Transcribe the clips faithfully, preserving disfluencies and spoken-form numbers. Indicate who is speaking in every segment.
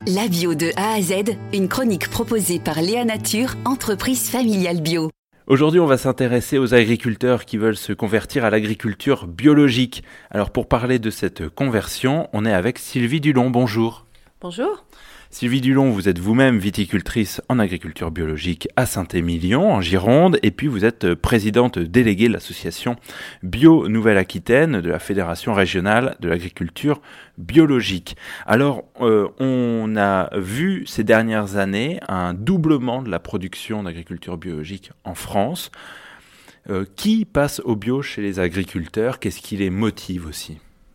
Speaker 1: La bio de A à Z, une chronique proposée par Léa Nature, entreprise familiale bio.
Speaker 2: Aujourd'hui, on va s'intéresser aux agriculteurs qui veulent se convertir à l'agriculture biologique. Alors pour parler de cette conversion, on est avec Sylvie Dulon. Bonjour.
Speaker 3: Bonjour.
Speaker 2: Sylvie Dulon, vous êtes vous-même viticultrice en agriculture biologique à Saint-Émilion, en Gironde, et puis vous êtes présidente déléguée de l'association Bio Nouvelle-Aquitaine de la Fédération régionale de l'agriculture biologique. Alors, euh, on a vu ces dernières années un doublement de la production d'agriculture biologique en France. Euh, qui passe au bio chez les agriculteurs? Qu'est-ce qui les motive aussi ?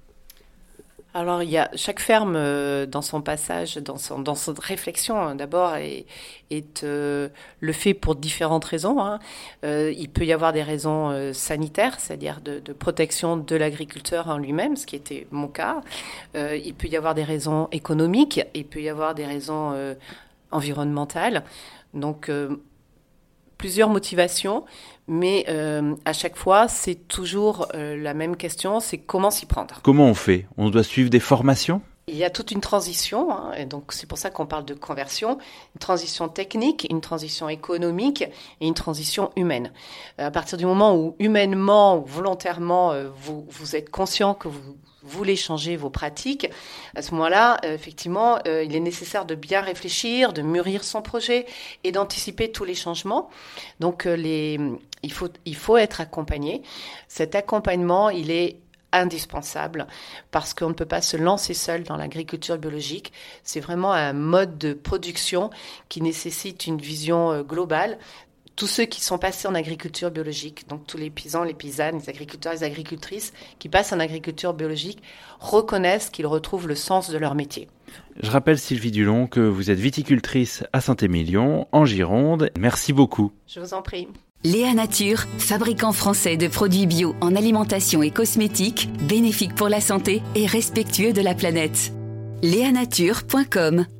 Speaker 3: Alors, il y a chaque ferme euh, dans son passage, dans son dans son réflexion hein, d'abord est, est euh, le fait pour différentes raisons. Hein. Euh, il peut y avoir des raisons euh, sanitaires, c'est-à-dire de, de protection de l'agriculteur en lui-même, ce qui était mon cas. Euh, il peut y avoir des raisons économiques, il peut y avoir des raisons euh, environnementales. Donc euh, plusieurs motivations, mais euh, à chaque fois, c'est toujours euh, la même question, c'est comment s'y prendre.
Speaker 2: Comment on fait ? On doit suivre des formations ?
Speaker 3: Il y a toute une transition, hein, et donc c'est pour ça qu'on parle de conversion, une transition technique, une transition économique et une transition humaine. À partir du moment où humainement ou volontairement euh, vous, vous êtes conscient que vous voulez changer vos pratiques, à ce moment-là, euh, effectivement, euh, il est nécessaire de bien réfléchir, de mûrir son projet et d'anticiper tous les changements. Donc, euh, les, il faut, il faut être accompagné. Cet accompagnement, il est indispensable parce qu'on ne peut pas se lancer seul dans l'agriculture biologique. C'est vraiment un mode de production qui nécessite une vision globale. Tous ceux qui sont passés en agriculture biologique, donc tous les paysans, les paysannes, les agriculteurs, les agricultrices qui passent en agriculture biologique reconnaissent qu'ils retrouvent le sens de leur métier.
Speaker 2: Je rappelle Sylvie Dulon que vous êtes viticultrice à Saint-Émilion, en Gironde. Merci beaucoup.
Speaker 3: Je vous en prie.
Speaker 1: Léa Nature, fabricant français de produits bio en alimentation et cosmétiques, bénéfiques pour la santé et respectueux de la planète. léa nature point com